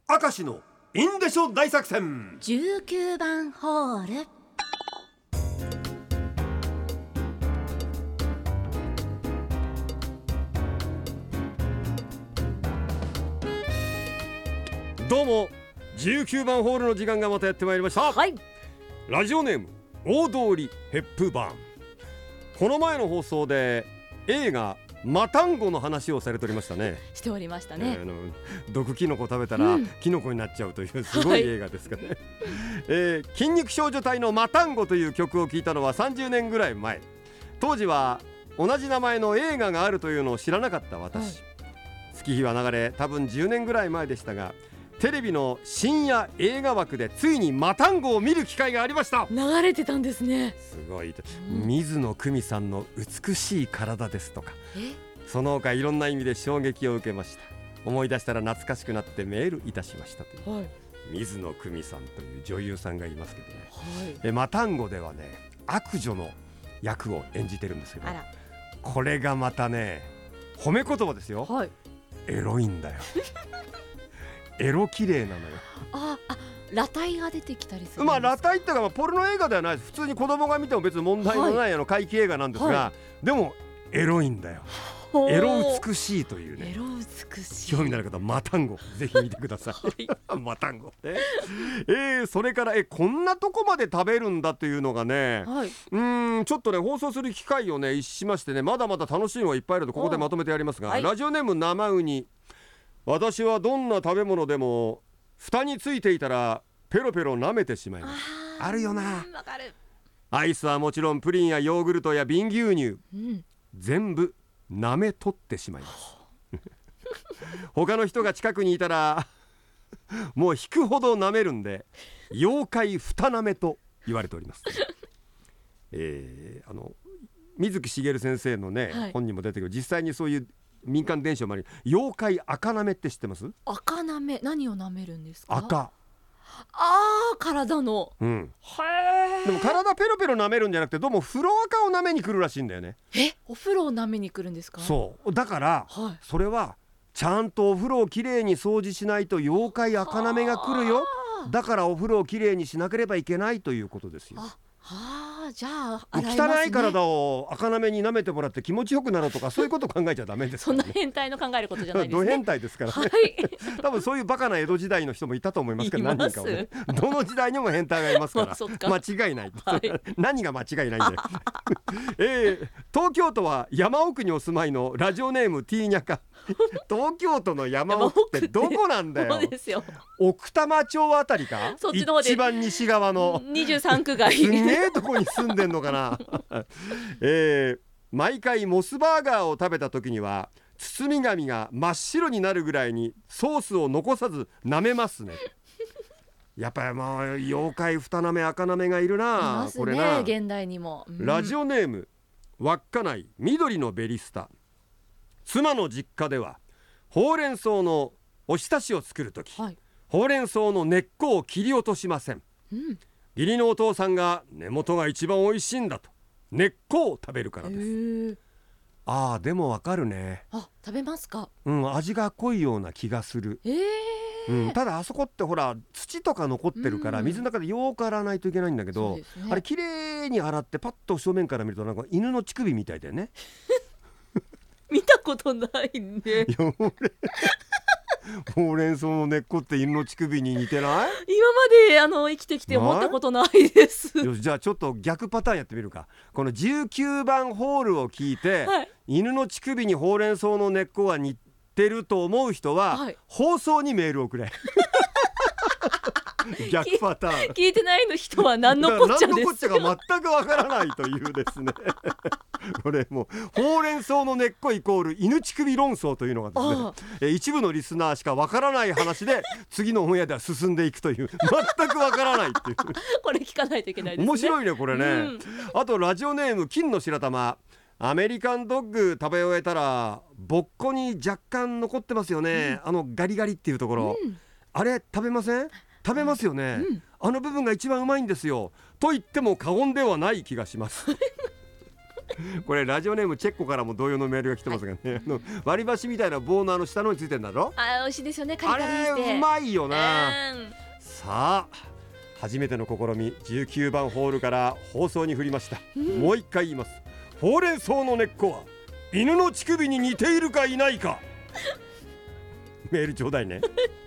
明石のインデショ大作戦 19番ホール。 どうも19番ホールの時間がまたやってまいりました、 はい、 ラジオネーム大通りヘップバーン。この前の放送で映画マタンゴの話をされておりましたね。 しておりましたね。 毒キノコ食べたら、キノコになっちゃうというすごい映画ですかね、筋肉少女隊のマタンゴという曲を聞いたのは30年ぐらい前。当時は同じ名前の映画があるというのを知らなかった私、月日は流れ多分10年ぐらい前でしたが、テレビの深夜映画枠でついにマタンゴを見る機会がありました。 流れてたんですね。 すごい、水野久美さんの美しい体ですとか、その他いろんな意味で衝撃を受けました。思い出したら懐かしくなってメールいたしましたという、水野久美さんという女優さんがいますけどね、マタンゴではね悪女の役を演じてるんですけど、これがまたね褒め言葉ですよ、エロいんだよエロ綺麗なのよ。 裸体が出てきたりするんですか？ 裸体っていうか、ポルノ映画ではないです。普通に子供が見ても別に問題のない怪奇映画なんですが、でもエロいんだよ。エロ美しいというね。 エロ美しい。 興味のある方マタンゴぜひ見てください、マタンゴね。それからこんなとこまで食べるんだというのがね、ちょっとね放送する機会をね逸しましてね、まだまだ楽しいのがいっぱいあるのでここでまとめてやりますが、ラジオネーム生ウニ。私はどんな食べ物でも蓋についていたらペロペロ舐めてしまいます。あるよな。 わかる。 アイスはもちろんプリンやヨーグルトや瓶牛乳、全部舐め取ってしまいます他の人が近くにいたらもう引くほど舐めるんで妖怪蓋舐めと言われております水木しげる先生のね、本にも出てくる実際にそういう民間伝承もあり、妖怪赤舐めって知ってます？ 赤舐め、何を舐めるんですか？ 赤。 体の、でも体ペロペロ舐めるんじゃなくて、どうも風呂赤を舐めに来るらしいんだよね。 お風呂を舐めに来るんですか？ そうだから、それはちゃんとお風呂をきれいに掃除しないと妖怪赤舐めが来るよ。だからお風呂をきれいにしなければいけないということですよ。 じゃあ洗いますね。 汚い体を赤なめに舐めてもらって気持ちよくなろうとかそういうこと考えちゃダメですからね。 そんな変態の考えることじゃないですね。 ド変態ですからね、多分そういうバカな江戸時代の人もいたと思いますけど、何人かはね、どの時代にも変態がいますから間違いない、何が間違いないんだよ東京都は山奥にお住まいのラジオネーム T ニャカ。東京都の山奥ってどこなんだよ。 そうですよ。 奥多摩町あたりか。 そっちの方で一番西側の 23区外すんげえとこに住んでんのかな毎回モスバーガーを食べた時には包み紙が真っ白になるぐらいにソースを残さず舐めますね。やっぱりもう妖怪二なめ赤なめがいるな。 いますね、 これな現代にも、 ラジオネーム稚内緑のベリスタ。妻の実家ではほうれん草のおひたしを作るとき、ほうれん草の根っこを切り落としません。義理のお父さんが根元が一番おいしいんだと根っこを食べるからです。でもわかるね。 食べますか？ 味が濃いような気がする。ただあそこってほら土とか残ってるから水の中でよく洗わないといけないんだけど、あれきれいに洗ってパッと正面から見るとなんか犬の乳首みたいだよね見たことないねほうれん草の根っこって犬の乳首に似てない？ 今まで生きてきて思ったことないですよし、じゃあちょっと逆パターンやってみるか。この19番ホールを聞いて、犬の乳首にほうれん草の根っこが似てると思う人は、放送にメールをくれ逆パターン聞いてないの人は何のこっちゃです。 何のこっちゃが全くわからないというですねこれもうほうれん草の根っこイコール犬乳首論争というのがですね、一部のリスナーしかわからない話で次のオンエアでは進んでいくという全くわからないっていうこれ聞かないといけないですね。 面白いねこれね、あとラジオネーム金の白玉。アメリカンドッグ食べ終えたらぼっこに若干残ってますよね、ガリガリっていうところ、あれ食べません？食べますよね、あの部分が一番うまいんですよと言っても過言ではない気がしますこれラジオネームチェッコからも同様のメールが来てますがね、割り箸みたいな棒の下のについてんだろ。 美味しいですよね、カリカリして。 あれうまいよな。さあ初めての試み、19番ホールから放送に振りました、もう一回言います。ほうれん草の根っこは犬の乳首に似ているかいないかメールちょうだいね